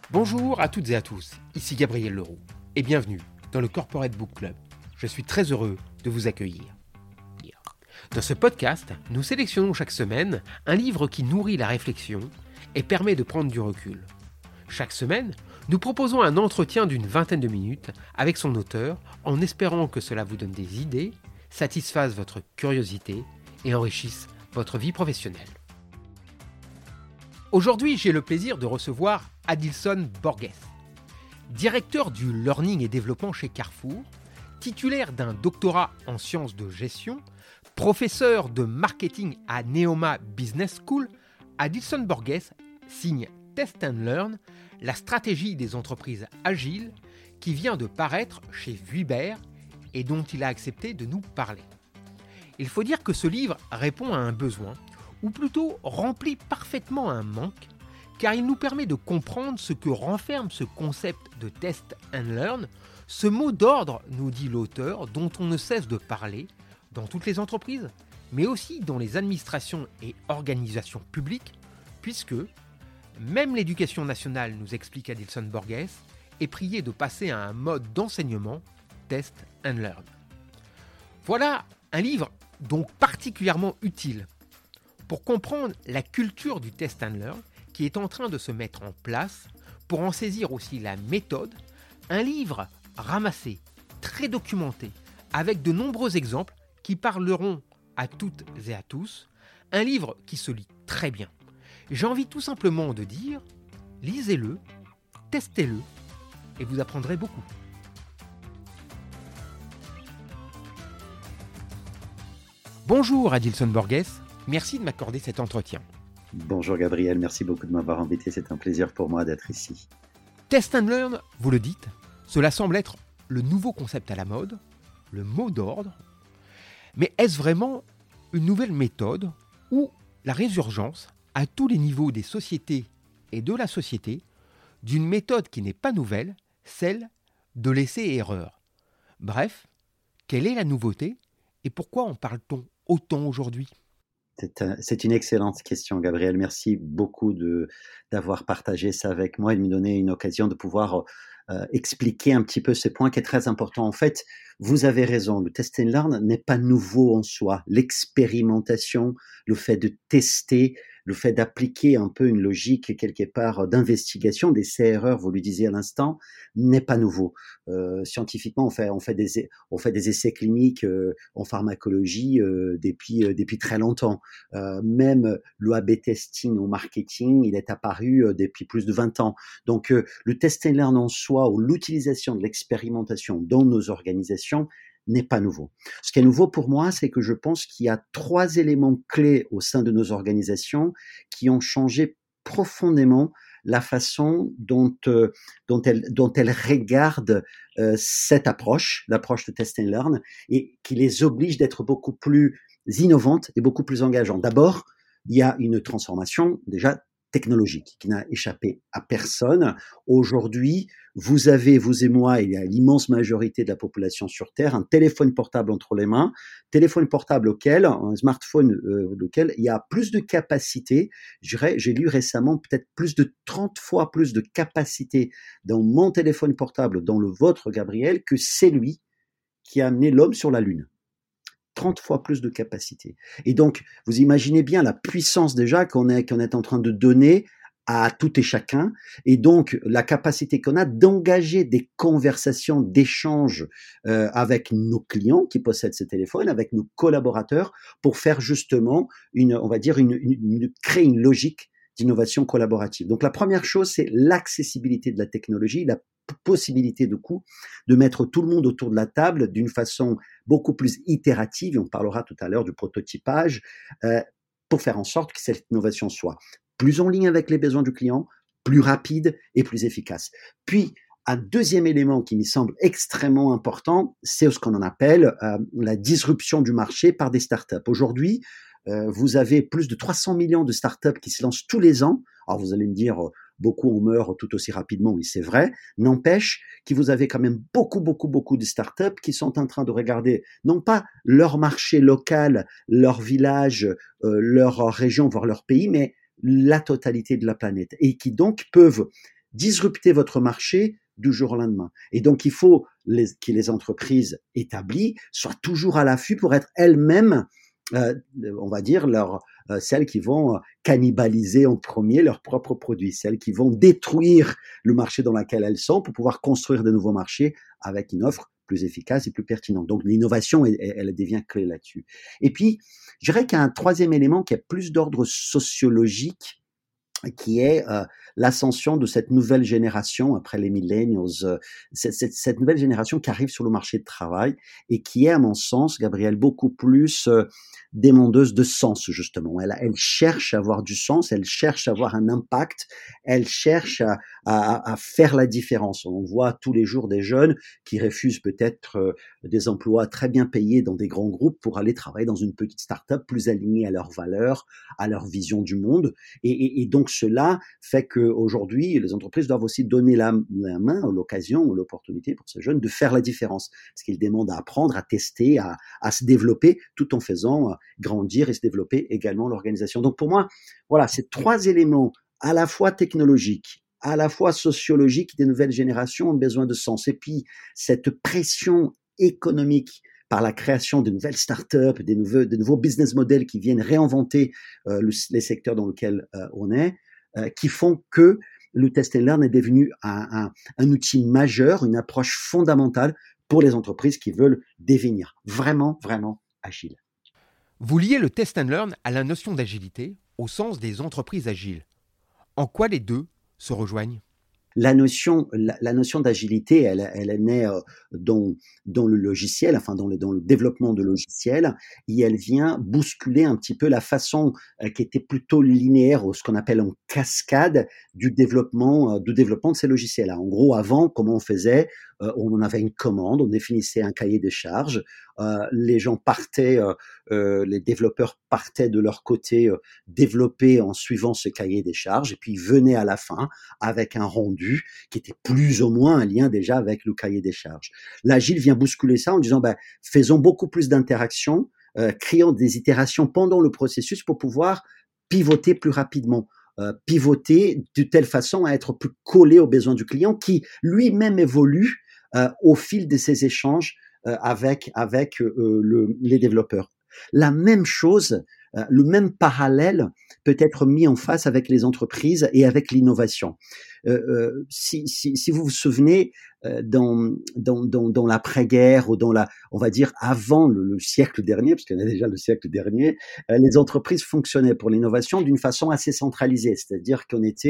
Bonjour à toutes et à tous, ici Gabriel Leroux et bienvenue dans le Corporate Book Club. Je suis très heureux de vous accueillir. Dans ce podcast, nous sélectionnons chaque semaine un livre qui nourrit la réflexion et permet de prendre du recul. Chaque semaine, nous proposons un entretien d'une vingtaine de minutes avec son auteur en espérant que cela vous donne des idées, satisfasse votre curiosité et enrichisse votre vie professionnelle. Aujourd'hui, j'ai le plaisir de recevoir Adilson Borges, directeur du Learning et Développement chez Carrefour, titulaire d'un doctorat en sciences de gestion, professeur de marketing à Neoma Business School. Adilson Borges signe Test & Learn, la stratégie des entreprises agiles, qui vient de paraître chez Vuibert et dont il a accepté de nous parler. Il faut dire que ce livre répond à un besoin, ou plutôt remplit parfaitement un manque, car il nous permet de comprendre ce que renferme ce concept de Test & Learn, ce mot d'ordre, nous dit l'auteur, dont on ne cesse de parler dans toutes les entreprises, mais aussi dans les administrations et organisations publiques, puisque même l'éducation nationale, nous explique Adilson Borges, est priée de passer à un mode d'enseignement Test & Learn. Voilà un livre donc particulièrement utile pour comprendre la culture du Test & Learn qui est en train de se mettre en place, pour en saisir aussi la méthode, un livre ramassé, très documenté, avec de nombreux exemples qui parleront à toutes et à tous, un livre qui se lit très bien. J'ai envie tout simplement de dire, lisez-le, testez-le, et vous apprendrez beaucoup. Bonjour Adilson Borges, merci de m'accorder cet entretien. Bonjour Gabriel, merci beaucoup de m'avoir invité, c'est un plaisir pour moi d'être ici. Test & Learn, vous le dites, cela semble être le nouveau concept à la mode, le mot d'ordre, mais est-ce vraiment une nouvelle méthode ou la résurgence à tous les niveaux des sociétés et de la société d'une méthode qui n'est pas nouvelle, celle de l'essai-erreur? Bref, quelle est la nouveauté et pourquoi en parle-t-on autant aujourd'hui? C'est une excellente question, Gabriel. Merci beaucoup d'avoir partagé ça avec moi et de me donner une occasion de pouvoir expliquer un petit peu ce point qui est très important. En fait, vous avez raison, le Test & Learn n'est pas nouveau en soi. L'expérimentation, le fait de tester, le fait d'appliquer un peu une logique quelque part d'investigation, des erreurs, vous le disiez à l'instant, n'est pas nouveau. Scientifiquement, on fait des essais cliniques en pharmacologie depuis très longtemps. Même le A/B testing au marketing, il est apparu depuis plus de 20 ans. Donc, le Test & Learn en soi ou l'utilisation de l'expérimentation dans nos organisations n'est pas nouveau. Ce qui est nouveau pour moi, c'est que je pense qu'il y a 3 éléments clés au sein de nos organisations qui ont changé profondément la façon dont elles regardent cette approche, l'approche de Test & Learn, et qui les oblige d'être beaucoup plus innovantes et beaucoup plus engageantes. D'abord, il y a une transformation déjà technologique qui n'a échappé à personne. Aujourd'hui, vous avez, vous et moi, il y a l'immense majorité de la population sur Terre, un téléphone portable entre les mains, téléphone portable un smartphone auquel il y a plus de capacité, j'ai lu récemment peut-être plus de 30 fois plus de capacité dans mon téléphone portable, dans le vôtre, Gabriel, que c'est lui qui a amené l'homme sur la Lune. 30 fois plus de capacité. Et donc, vous imaginez bien la puissance déjà qu'on est en train de donner à tout et chacun, et donc la capacité qu'on a d'engager des conversations, d'échanges avec nos clients qui possèdent ces téléphones, avec nos collaborateurs, pour faire justement créer une logique d'innovation collaborative. Donc la première chose, c'est l'accessibilité de la technologie, la possibilité de mettre tout le monde autour de la table d'une façon beaucoup plus itérative, et on parlera tout à l'heure du prototypage, pour faire en sorte que cette innovation soit plus en ligne avec les besoins du client, plus rapide et plus efficace. Puis, un deuxième élément qui me semble extrêmement important, c'est ce qu'on en appelle la disruption du marché par des startups. Aujourd'hui, vous avez plus de 300 millions de startups qui se lancent tous les ans. Alors vous allez me dire, beaucoup en meurent tout aussi rapidement, oui c'est vrai. N'empêche que vous avez quand même beaucoup de startups qui sont en train de regarder non pas leur marché local, leur village, leur région, voire leur pays, mais la totalité de la planète, et qui donc peuvent disrupter votre marché du jour au lendemain. Et donc, il faut que les entreprises établies soient toujours à l'affût pour être elles-mêmes, on va dire, celles qui vont cannibaliser en premier leurs propres produits, celles qui vont détruire le marché dans lequel elles sont pour pouvoir construire de nouveaux marchés avec une offre plus efficace et plus pertinente. Donc, l'innovation, elle devient clé là-dessus. Et puis, je dirais qu'il y a un troisième élément qui est plus d'ordre sociologique, qui est l'ascension de cette nouvelle génération après les millennials, cette nouvelle génération qui arrive sur le marché de travail et qui est, à mon sens, Gabriel, beaucoup plus demandeuse de sens, justement. Elle cherche à avoir du sens, elle cherche à avoir un impact, elle cherche à faire la différence. On voit tous les jours des jeunes qui refusent peut-être des emplois très bien payés dans des grands groupes pour aller travailler dans une petite start-up plus alignée à leurs valeurs, à leur vision du monde. Et donc, cela fait qu'aujourd'hui, les entreprises doivent aussi donner la main, l'occasion, l'opportunité pour ces jeunes de faire la différence. Parce qu'ils demandent à apprendre, à tester, à se développer, tout en faisant grandir et se développer également l'organisation. Donc pour moi, voilà, ces trois éléments, à la fois technologiques, à la fois sociologiques des nouvelles générations ont besoin de sens. Et puis, cette pression économique par la création de nouvelles startups, de nouveaux business models qui viennent réinventer les secteurs dans lesquels on est, qui font que le test and learn est devenu un outil majeur, une approche fondamentale pour les entreprises qui veulent devenir vraiment, vraiment agiles. Vous liez le test and learn à la notion d'agilité au sens des entreprises agiles. En quoi les deux se rejoignent ? La notion d'agilité, elle est née dans le logiciel, enfin dans le développement de logiciels, et elle vient bousculer un petit peu la façon qui était plutôt linéaire, ou ce qu'on appelle en cascade du développement de ces logiciels. En gros, avant, comment on faisait ? On en avait une commande, on définissait un cahier de charges, les gens partaient, les développeurs partaient de leur côté développer en suivant ce cahier des charges, et puis ils venaient à la fin avec un rendu qui était plus ou moins un lien déjà avec le cahier des charges. L'agile vient bousculer ça en disant faisons beaucoup plus d'interactions, créons des itérations pendant le processus pour pouvoir pivoter plus rapidement. Pivoter de telle façon à être plus collé aux besoins du client qui lui-même évolue au fil de ces échanges avec les développeurs. La même chose, le même parallèle peut être mis en face avec les entreprises et avec l'innovation. Si vous vous souvenez, dans l'après-guerre ou on va dire avant le siècle dernier, parce qu'il y en a déjà le siècle dernier, les entreprises fonctionnaient pour l'innovation d'une façon assez centralisée, c'est-à-dire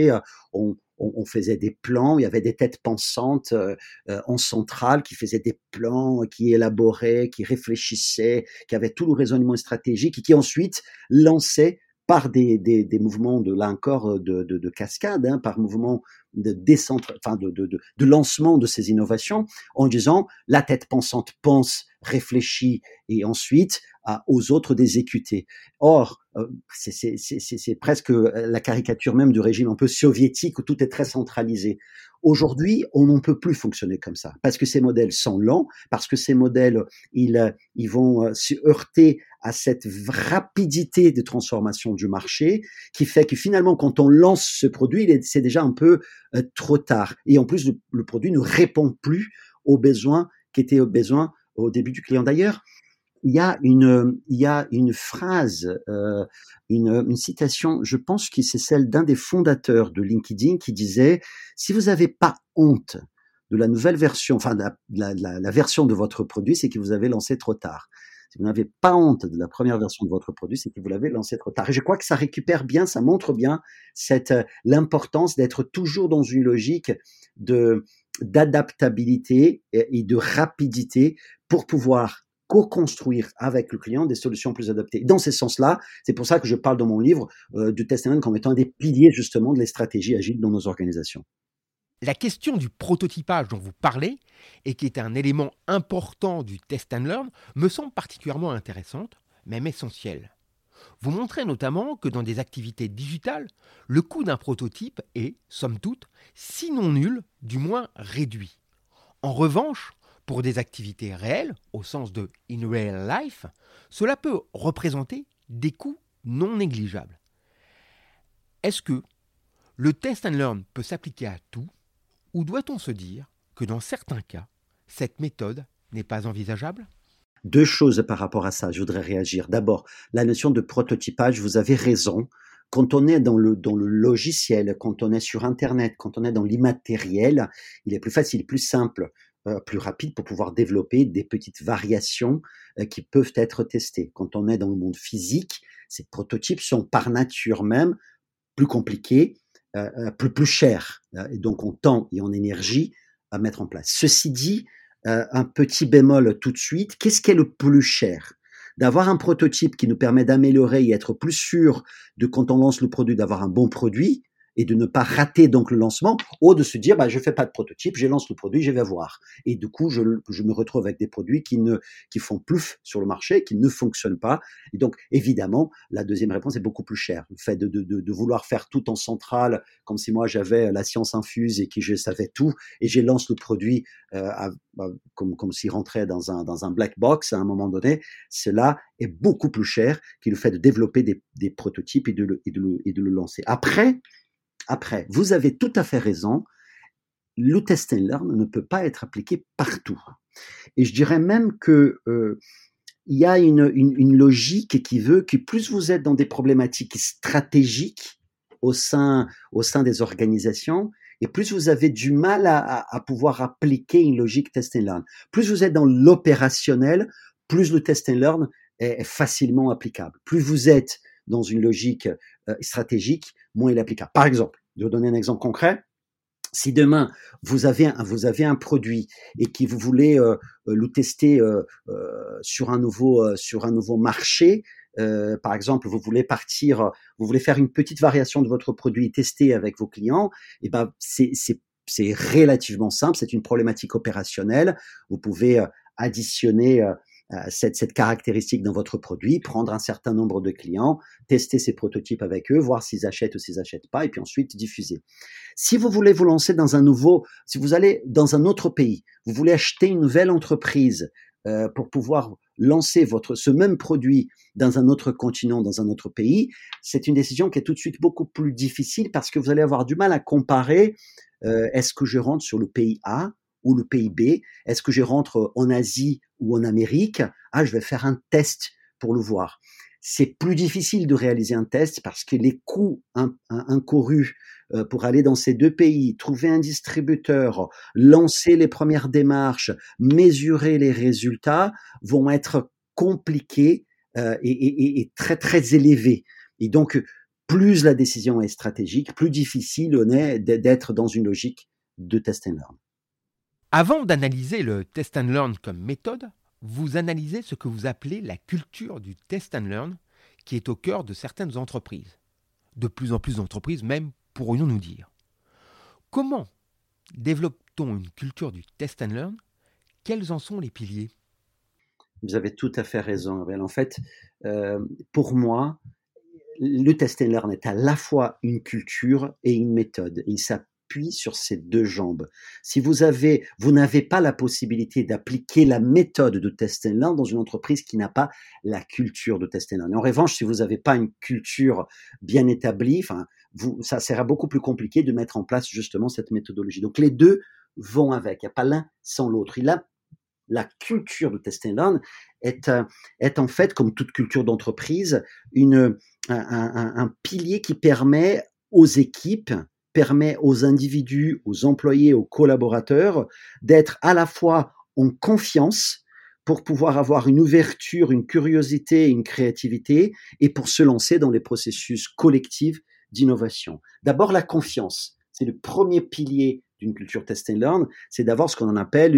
on faisait des plans, il y avait des têtes pensantes en centrale qui faisaient des plans, qui élaboraient, qui réfléchissaient, qui avaient tout le raisonnement stratégique et qui ensuite lançaient par des mouvements de cascade, par mouvement de lancement de ces innovations, en disant la tête pensante pense, réfléchit et ensuite aux autres d'exécuter. Or, c'est presque la caricature même du régime un peu soviétique où tout est très centralisé. Aujourd'hui, on ne peut plus fonctionner comme ça parce que ces modèles sont lents, parce que ces modèles, ils vont se heurter à cette rapidité de transformation du marché qui fait que finalement, quand on lance ce produit, c'est déjà un peu trop tard. Et en plus, le produit ne répond plus aux besoins qui étaient aux besoins au début du client. D'ailleurs, il y a une phrase, une citation, je pense que c'est celle d'un des fondateurs de LinkedIn qui disait « Si vous n'avez pas honte de la nouvelle version, enfin la version de votre produit, c'est que vous avez lancé trop tard. Si vous n'avez pas honte de la première version de votre produit, c'est que vous l'avez lancé trop tard. » Et je crois que ça récupère bien, ça montre bien l'importance d'être toujours dans une logique d'adaptabilité et de rapidité pour pouvoir co-construire avec le client des solutions plus adaptées. Dans ce sens-là, c'est pour ça que je parle dans mon livre du test and learn comme étant un des piliers justement de les stratégies agiles dans nos organisations. La question du prototypage dont vous parlez, et qui est un élément important du test and learn, me semble particulièrement intéressante, même essentielle. Vous montrez notamment que dans des activités digitales, le coût d'un prototype est, somme toute, sinon nul, du moins réduit. En revanche, pour des activités réelles, au sens de « in real life », cela peut représenter des coûts non négligeables. Est-ce que le test and learn peut s'appliquer à tout ? Ou doit-on se dire que dans certains cas, cette méthode n'est pas envisageable? Deux choses par rapport à ça, je voudrais réagir. D'abord, la notion de prototypage, vous avez raison. Quand on est dans le logiciel, quand on est sur Internet, quand on est dans l'immatériel, il est plus facile, plus simple, plus rapide pour pouvoir développer des petites variations qui peuvent être testées. Quand on est dans le monde physique, ces prototypes sont par nature même plus compliqués, plus chers, et donc en temps et en énergie à mettre en place. Ceci dit, un petit bémol tout de suite, qu'est-ce qui est le plus cher? D'avoir un prototype qui nous permet d'améliorer et être plus sûr de quand on lance le produit, d'avoir un bon produit et de ne pas rater donc le lancement, ou de se dire, bah, je fais pas de prototype, je lance le produit, je vais voir. Et du coup, je me retrouve avec des produits qui font plouf sur le marché, qui ne fonctionnent pas. Et donc, évidemment, la deuxième réponse est beaucoup plus chère. Le fait de vouloir faire tout en centrale, comme si moi j'avais la science infuse et que je savais tout, et je lance le produit comme s'il rentrait dans un black box à un moment donné, cela est beaucoup plus cher que le fait de développer des prototypes et de le lancer. Après, vous avez tout à fait raison, le test and learn ne peut pas être appliqué partout. Et je dirais même que il y a une logique qui veut que plus vous êtes dans des problématiques stratégiques au sein des organisations, et plus vous avez du mal à pouvoir appliquer une logique test and learn. Plus vous êtes dans l'opérationnel, plus le test and learn est facilement applicable. Plus vous êtes dans une logique stratégique, moins il est applicable. Par exemple, je vais vous donner un exemple concret. Si demain vous avez un produit et que vous voulez le tester sur un nouveau marché, par exemple vous voulez faire une petite variation de votre produit et tester avec vos clients, et ben c'est relativement simple, c'est une problématique opérationnelle. Vous pouvez additionner cette caractéristique dans votre produit, prendre un certain nombre de clients, tester ces prototypes avec eux, voir s'ils achètent ou s'ils n'achètent pas, et puis ensuite diffuser. Si vous voulez vous lancer si vous allez dans un autre pays, vous voulez acheter une nouvelle entreprise pour pouvoir lancer ce même produit dans un autre continent, dans un autre pays, c'est une décision qui est tout de suite beaucoup plus difficile parce que vous allez avoir du mal à comparer est-ce que je rentre sur le pays A ou le pays B? Est-ce que je rentre en Asie ou en Amérique? Ah, je vais faire un test pour le voir. C'est plus difficile de réaliser un test parce que les coûts incourus pour aller dans ces deux pays, trouver un distributeur, lancer les premières démarches, mesurer les résultats vont être compliqués et très très élevés. Et donc, plus la décision est stratégique, plus difficile on est d'être dans une logique de test and learn. Avant d'analyser le test and learn comme méthode, vous analysez ce que vous appelez la culture du test and learn, qui est au cœur de certaines entreprises. De plus en plus d'entreprises même, pourrions-nous dire. Comment développe-t-on une culture du test and learn? Quels en sont les piliers? Vous avez tout à fait raison, Abel. En fait, pour moi, le test and learn est à la fois une culture et une méthode. Il s'appuie sur ces deux jambes. Si vous n'avez pas la possibilité d'appliquer la méthode de test and learn dans une entreprise qui n'a pas la culture de test and learn. En revanche, si vous n'avez pas une culture bien établie, ça sera beaucoup plus compliqué de mettre en place justement cette méthodologie. Donc les deux vont avec. Il n'y a pas l'un sans l'autre. La culture de test and learn est en fait, comme toute culture d'entreprise, un pilier qui permet aux équipes, permet aux individus, aux employés, aux collaborateurs d'être à la fois en confiance pour pouvoir avoir une ouverture, une curiosité, une créativité et pour se lancer dans les processus collectifs d'innovation. D'abord, la confiance. C'est le premier pilier d'une culture test and learn, c'est d'avoir ce qu'on appelle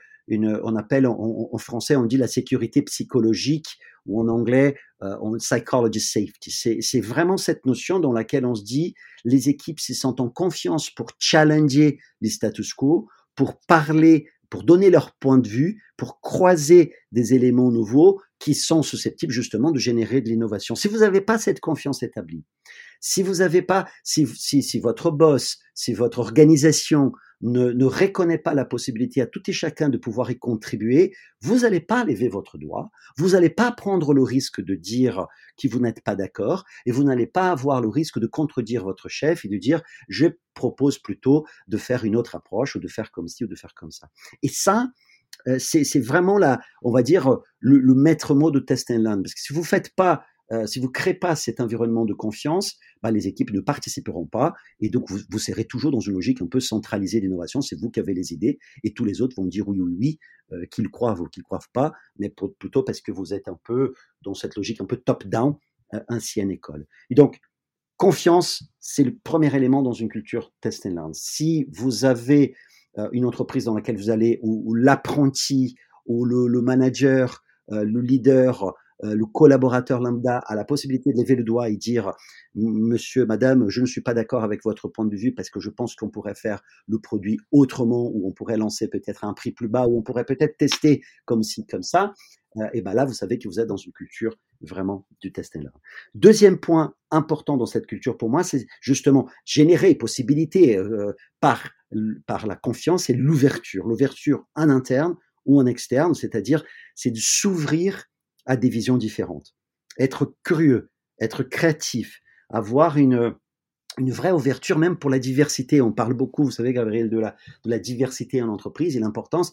en français, on dit la sécurité psychologique, ou en anglais, psychology safety. C'est vraiment cette notion dans laquelle on se dit, les équipes se sentent en confiance pour challenger les status quo, pour parler, pour donner leur point de vue, pour croiser des éléments nouveaux qui sont susceptibles justement de générer de l'innovation. Si vous n'avez pas cette confiance établie, Si vous avez pas, si votre boss, si votre organisation ne reconnaît pas la possibilité à tout et chacun de pouvoir y contribuer, vous n'allez pas lever votre doigt, vous n'allez pas prendre le risque de dire que vous n'êtes pas d'accord, et vous n'allez pas avoir le risque de contredire votre chef et de dire je propose plutôt de faire une autre approche ou de faire comme ci ou de faire comme ça. Et ça, c'est vraiment on va dire, le maître mot de Test and Learn. Parce que si vous faites pas, si vous créez pas cet environnement de confiance, les équipes ne participeront pas et donc vous serez toujours dans une logique un peu centralisée d'innovation. C'est vous qui avez les idées et tous les autres vont dire oui, oui, oui, qu'ils croient ou qu'ils croient pas, mais plutôt parce que vous êtes un peu dans cette logique un peu top-down, ancienne école. Et donc, confiance, c'est le premier élément dans une culture Test and Learn. Si vous avez une entreprise dans laquelle vous allez, où l'apprenti, ou le manager, le leader, le collaborateur lambda a la possibilité de lever le doigt et dire « Monsieur, madame, je ne suis pas d'accord avec votre point de vue parce que je pense qu'on pourrait faire le produit autrement, ou on pourrait lancer peut-être à un prix plus bas, ou on pourrait peut-être tester comme ci, comme ça », et là, vous savez que vous êtes dans une culture vraiment du test and learn. Deuxième point important dans cette culture pour moi, c'est justement générer possibilité par la confiance et l'ouverture. L'ouverture en interne ou en externe, c'est-à-dire c'est de s'ouvrir à des visions différentes. Être curieux, être créatif, avoir une vraie ouverture même pour la diversité. On parle beaucoup, vous savez, Gabriel, de la diversité en entreprise et l'importance,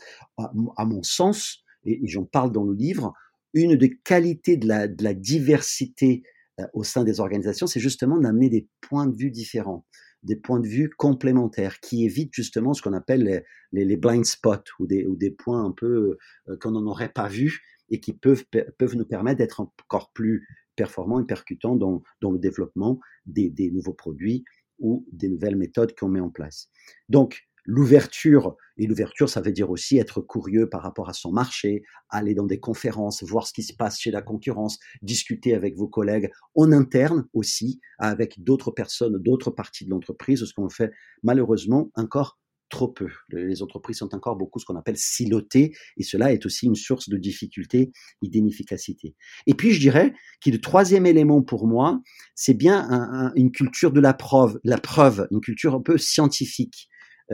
à mon sens, et j'en parle dans le livre, une des qualités de la diversité au sein des organisations, c'est justement d'amener des points de vue différents, des points de vue complémentaires qui évitent justement ce qu'on appelle les blind spots ou des points un peu qu'on n'aurait pas vus et qui peuvent nous permettre d'être encore plus performants et percutants dans le développement des nouveaux produits ou des nouvelles méthodes qu'on met en place. Donc, l'ouverture, ça veut dire aussi être curieux par rapport à son marché, aller dans des conférences, voir ce qui se passe chez la concurrence, discuter avec vos collègues en interne aussi, avec d'autres personnes, d'autres parties de l'entreprise, ce qu'on fait malheureusement encore trop peu. Les entreprises sont encore beaucoup ce qu'on appelle silotées, et cela est aussi une source de difficulté et d'inefficacité. Et puis je dirais que le troisième élément pour moi, c'est bien une culture de la preuve, une culture un peu scientifique,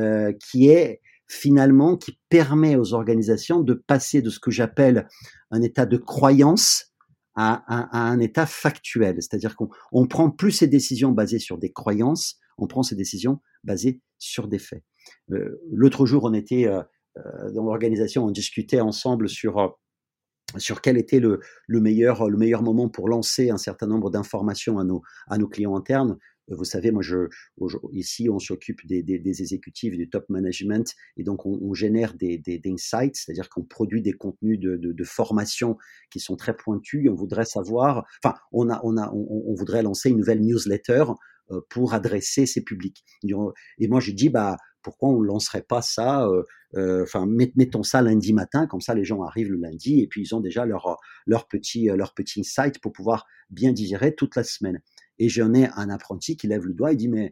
qui est finalement, qui permet aux organisations de passer de ce que j'appelle un état de croyance à un état factuel. C'est-à-dire qu'on prend plus ces décisions basées sur des croyances, on prend ces décisions basées sur des faits. L'autre jour, on était dans l'organisation, on discutait ensemble sur quel était le meilleur moment pour lancer un certain nombre d'informations à nos clients internes. Vous savez, moi, ici, on s'occupe des exécutifs, du top management, et donc on génère des insights, c'est-à-dire qu'on produit des contenus de formation qui sont très pointus. On voudrait savoir, enfin, on voudrait lancer une nouvelle newsletter pour adresser ces publics. Et moi, je dis, pourquoi on ne lancerait pas ça mettons ça lundi matin, comme ça les gens arrivent le lundi et puis ils ont déjà leur petit insight pour pouvoir bien digérer toute la semaine. Et j'en ai un apprenti qui lève le doigt et dit mais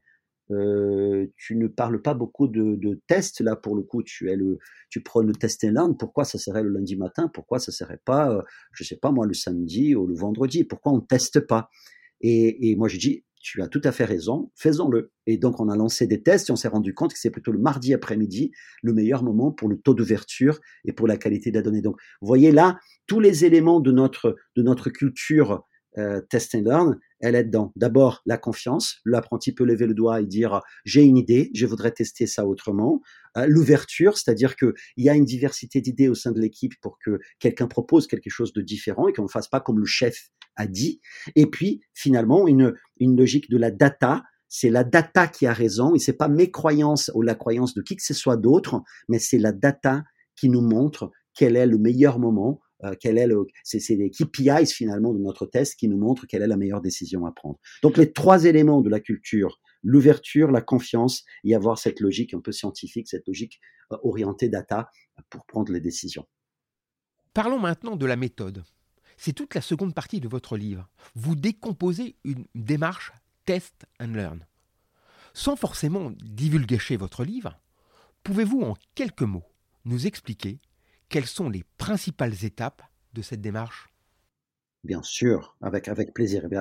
tu ne parles pas beaucoup de tests là pour le coup, tu prends le test and learn, pourquoi ça serait le lundi matin, pourquoi ça serait pas je sais pas moi le samedi ou le vendredi, pourquoi on teste pas? Et moi je dis tu as tout à fait raison, faisons-le. Et donc, on a lancé des tests et on s'est rendu compte que c'est plutôt le mardi après-midi le meilleur moment pour le taux d'ouverture et pour la qualité de la donnée. Donc, vous voyez là, tous les éléments de notre culture test and learn, elle est dedans. D'abord, la confiance. L'apprenti peut lever le doigt et dire « j'ai une idée, je voudrais tester ça autrement ». L'ouverture, c'est-à-dire qu'il y a une diversité d'idées au sein de l'équipe pour que quelqu'un propose quelque chose de différent et qu'on ne fasse pas comme le chef a dit. Et puis, finalement, une logique de la data. C'est la data qui a raison et c'est pas mes croyances ou la croyance de qui que ce soit d'autre, mais c'est la data qui nous montre quel est le meilleur moment, c'est les KPIs finalement de notre test qui nous montrent quelle est la meilleure décision à prendre. Donc les trois éléments de la culture, l'ouverture, la confiance et avoir cette logique un peu scientifique, cette logique orientée data pour prendre les décisions. Parlons maintenant de la méthode. C'est toute la seconde partie de votre livre. Vous décomposez une démarche test and learn. Sans forcément divulguer votre livre, pouvez-vous en quelques mots nous expliquer quelles sont les principales étapes de cette démarche ? Bien sûr, avec plaisir. Eh bien,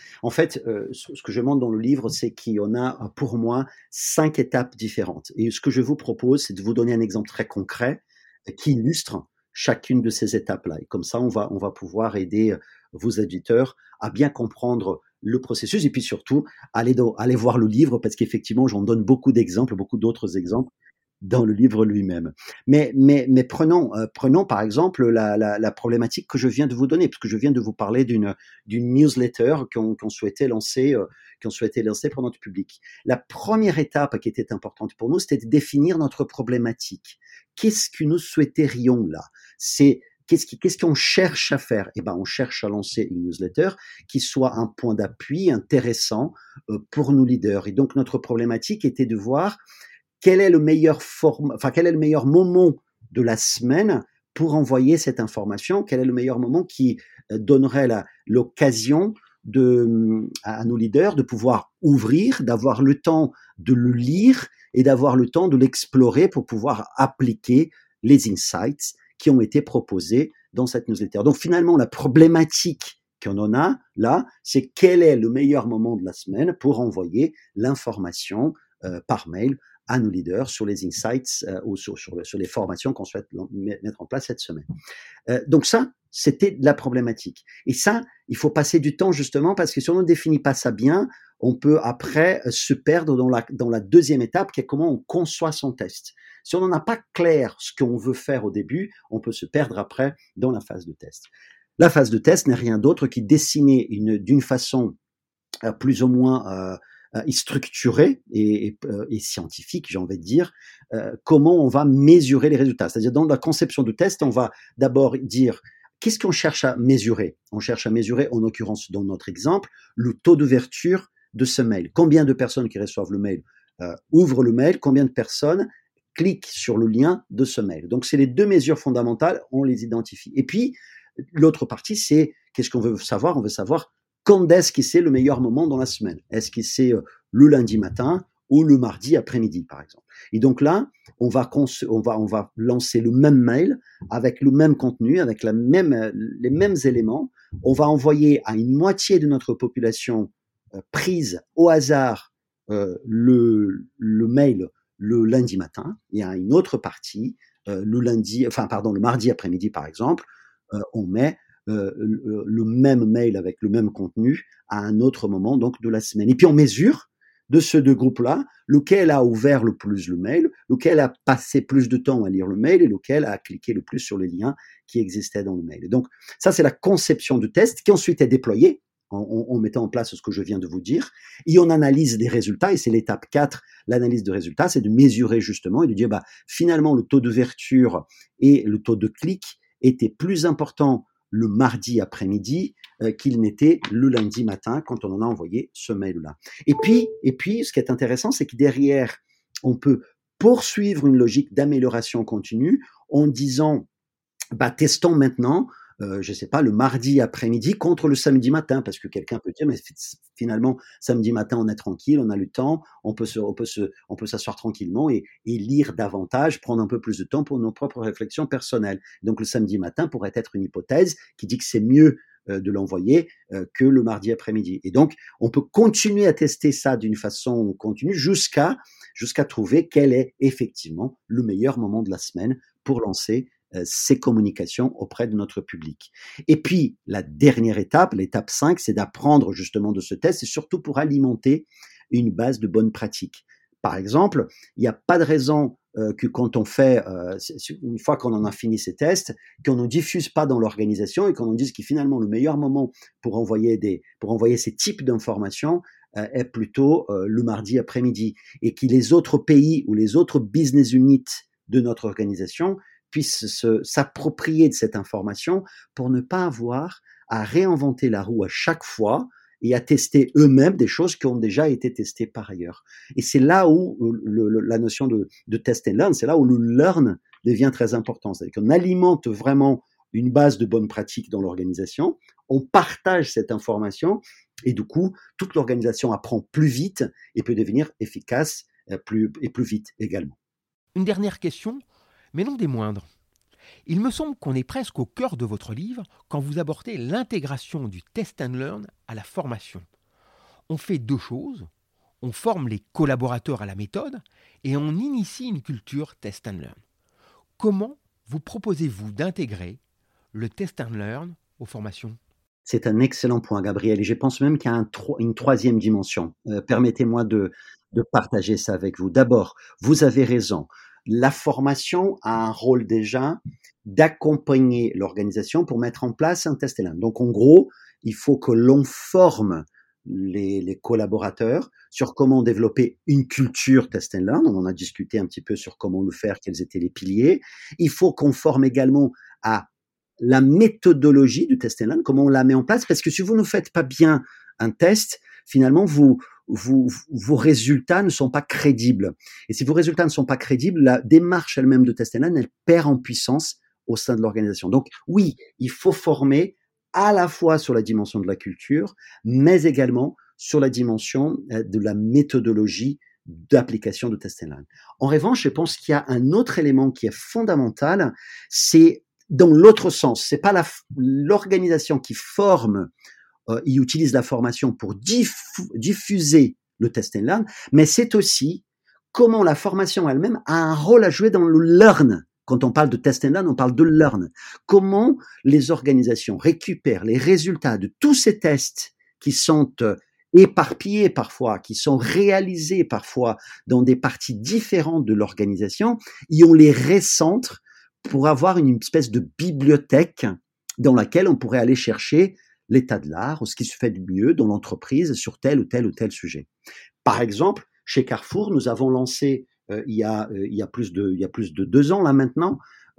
ce que je montre dans le livre, c'est qu'il y en a, pour moi, 5 étapes différentes et ce que je vous propose, c'est de vous donner un exemple très concret, qui illustre chacune de ces étapes-là et comme ça, on va pouvoir aider, vos auditeurs à bien comprendre le processus et puis surtout, aller voir le livre parce qu'effectivement, j'en donne beaucoup d'exemples, beaucoup d'autres exemples dans le livre lui-même. Mais prenons par exemple la problématique que je viens de vous donner, parce que je viens de vous parler d'une newsletter qu'on souhaitait lancer pour notre public. La première étape qui était importante pour nous, c'était de définir notre problématique. Qu'est-ce que nous souhaiterions là? Qu'est-ce qu'on cherche à faire? Eh ben, on cherche à lancer une newsletter qui soit un point d'appui intéressant pour nos leaders. Et donc, notre problématique était de voir quel est le meilleur moment de la semaine pour envoyer cette information, quel est le meilleur moment qui donnerait l'occasion à nos leaders de pouvoir ouvrir, d'avoir le temps de le lire et d'avoir le temps de l'explorer pour pouvoir appliquer les insights qui ont été proposés dans cette newsletter. Donc finalement, la problématique qu'on en a là, c'est quel est le meilleur moment de la semaine pour envoyer l'information par mail à nos leaders sur les insights ou sur les formations qu'on souhaite mettre en place cette semaine. Donc ça, c'était la problématique. Et ça, il faut passer du temps justement parce que si on ne définit pas ça bien, on peut après se perdre dans la deuxième étape qui est comment on conçoit son test. Si on n'en a pas clair ce qu'on veut faire au début, on peut se perdre après dans la phase de test. La phase de test n'est rien d'autre que dessiner d'une façon plus ou moins structuré et scientifique, j'ai envie de dire, comment on va mesurer les résultats. C'est-à-dire dans la conception de test, on va d'abord dire qu'est-ce qu'on cherche à mesurer. On cherche à mesurer, en l'occurrence dans notre exemple, le taux d'ouverture de ce mail. Combien de personnes qui reçoivent le mail ouvrent le mail, combien de personnes cliquent sur le lien de ce mail. Donc c'est les deux mesures fondamentales, on les identifie. Et puis l'autre partie, c'est qu'est-ce qu'on veut savoir? On veut savoir quand est-ce que c'est le meilleur moment dans la semaine? Est-ce que c'est le lundi matin ou le mardi après-midi, par exemple? Et donc là, on va lancer le même mail avec le même contenu, avec les mêmes éléments. On va envoyer à une moitié de notre population prise au hasard le mail le lundi matin. Il y a une autre partie le mardi après-midi, par exemple. On met le même mail avec le même contenu à un autre moment donc de la semaine. Et puis on mesure de ces deux groupes-là lequel a ouvert le plus le mail, lequel a passé plus de temps à lire le mail et lequel a cliqué le plus sur les liens qui existaient dans le mail. Et donc ça, c'est la conception du test qui ensuite est déployée en mettant en place ce que je viens de vous dire. Et on analyse les résultats, et c'est l'étape 4, l'analyse de résultats, c'est de mesurer justement et de dire finalement le taux d'ouverture et le taux de clic étaient plus importants le mardi après-midi qu'il n'était le lundi matin quand on en a envoyé ce mail-là. Et puis, ce qui est intéressant, c'est que derrière, on peut poursuivre une logique d'amélioration continue en disant, testons maintenant, je sais pas, le mardi après-midi contre le samedi matin, parce que quelqu'un peut dire, mais finalement, samedi matin, on est tranquille, on a le temps, on peut s'asseoir tranquillement et lire davantage, prendre un peu plus de temps pour nos propres réflexions personnelles. Donc, le samedi matin pourrait être une hypothèse qui dit que c'est mieux de l'envoyer que le mardi après-midi. Et donc, on peut continuer à tester ça d'une façon continue jusqu'à trouver quel est effectivement le meilleur moment de la semaine pour lancer ces communications auprès de notre public. Et puis, la dernière étape, l'étape 5, c'est d'apprendre justement de ce test et surtout pour alimenter une base de bonnes pratiques. Par exemple, il n'y a pas de raison que quand on fait, une fois qu'on en a fini ces tests, qu'on ne diffuse pas dans l'organisation et qu'on en dise que finalement le meilleur moment pour envoyer ces types d'informations est plutôt le mardi après-midi et que les autres pays ou les autres business units de notre organisation puissent s'approprier de cette information pour ne pas avoir à réinventer la roue à chaque fois et à tester eux-mêmes des choses qui ont déjà été testées par ailleurs. Et c'est là où la notion de test and learn, c'est là où le learn devient très important. C'est-à-dire qu'on alimente vraiment une base de bonnes pratiques dans l'organisation, on partage cette information et du coup, toute l'organisation apprend plus vite et peut devenir efficace plus vite également. Une dernière question, mais non des moindres. Il me semble qu'on est presque au cœur de votre livre quand vous abordez l'intégration du test and learn à la formation. On fait deux choses, on forme les collaborateurs à la méthode et on initie une culture test and learn. Comment vous proposez-vous d'intégrer le test and learn aux formations ? C'est un excellent point, Gabriel, et je pense même qu'il y a une troisième dimension. Permettez-moi de partager ça avec vous. D'abord, vous avez raison. La formation a un rôle déjà d'accompagner l'organisation pour mettre en place un test and learn. Donc, en gros, il faut que l'on forme les collaborateurs sur comment développer une culture test and learn. On en a discuté un petit peu sur comment le faire, quels étaient les piliers. Il faut qu'on forme également à la méthodologie du test and learn, comment on la met en place, parce que si vous ne faites pas bien un test, finalement, vos résultats ne sont pas crédibles. Et si vos résultats ne sont pas crédibles, la démarche elle-même de test and learn, elle perd en puissance au sein de l'organisation. Donc oui, il faut former à la fois sur la dimension de la culture, mais également sur la dimension de la méthodologie d'application de test and learn. En revanche, je pense qu'il y a un autre élément qui est fondamental, c'est dans l'autre sens. C'est pas l'organisation qui forme, il utilise la formation pour diffuser le test and learn, mais c'est aussi comment la formation elle-même a un rôle à jouer dans le learn. Quand on parle de test and learn, on parle de learn. Comment les organisations récupèrent les résultats de tous ces tests qui sont éparpillés parfois, qui sont réalisés parfois dans des parties différentes de l'organisation, et on les recentre pour avoir une espèce de bibliothèque dans laquelle on pourrait aller chercher l'état de l'art ou ce qui se fait de mieux dans l'entreprise sur tel ou tel sujet. Par exemple, chez Carrefour, nous avons lancé il y a plus de 2 ans là maintenant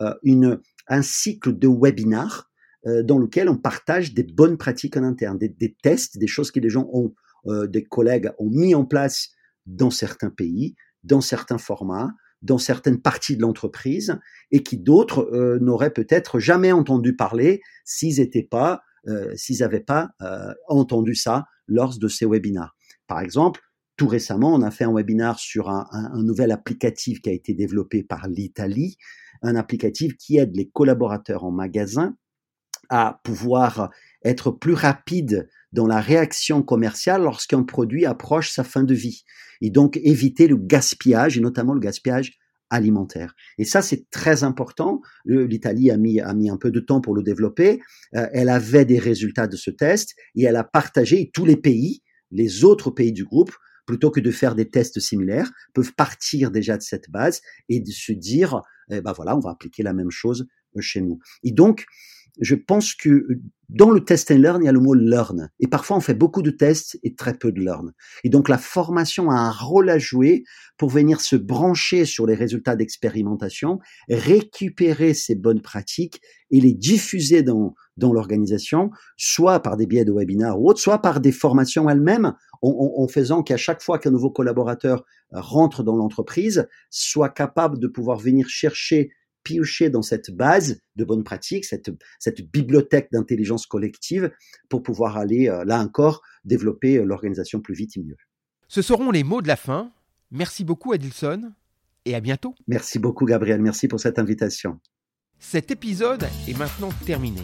un cycle de webinars dans lequel on partage des bonnes pratiques en interne, des tests, des choses que les gens ont, des collègues ont mis en place dans certains pays, dans certains formats, dans certaines parties de l'entreprise et qui d'autres n'auraient peut-être jamais entendu parler s'ils n'avaient pas entendu ça lors de ces webinars. Par exemple, tout récemment, on a fait un webinar sur un nouvel applicatif qui a été développé par l'Italie, un applicatif qui aide les collaborateurs en magasin à pouvoir être plus rapide dans la réaction commerciale lorsqu'un produit approche sa fin de vie et donc éviter le gaspillage et notamment le gaspillage alimentaire. Et ça, c'est très important. L'Italie a mis un peu de temps pour le développer. Elle avait des résultats de ce test et elle a partagé, et tous les autres pays du groupe, plutôt que de faire des tests similaires, peuvent partir déjà de cette base et de se dire, voilà, on va appliquer la même chose chez nous. Et donc, je pense que dans le test and learn, il y a le mot learn. Et parfois, on fait beaucoup de tests et très peu de learn. Et donc, la formation a un rôle à jouer pour venir se brancher sur les résultats d'expérimentation, récupérer ces bonnes pratiques et les diffuser dans l'organisation, soit par des biais de webinaires ou autres, soit par des formations elles-mêmes, en faisant qu'à chaque fois qu'un nouveau collaborateur rentre dans l'entreprise, soit capable de pouvoir venir piocher dans cette base de bonnes pratiques, cette bibliothèque d'intelligence collective pour pouvoir aller, là encore, développer l'organisation plus vite et mieux. Ce seront les mots de la fin. Merci beaucoup Adilson et à bientôt. Merci beaucoup Gabriel, merci pour cette invitation. Cet épisode est maintenant terminé.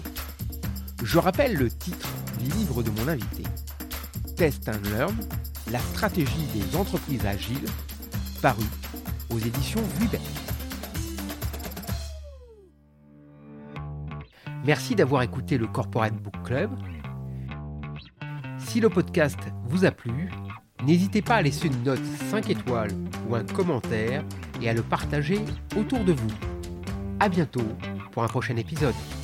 Je rappelle le titre du livre de mon invité. Test and Learn, la stratégie des entreprises agiles, paru aux éditions Vuibert. Merci d'avoir écouté le Corporate Book Club. Si le podcast vous a plu, n'hésitez pas à laisser une note 5 étoiles ou un commentaire et à le partager autour de vous. À bientôt pour un prochain épisode.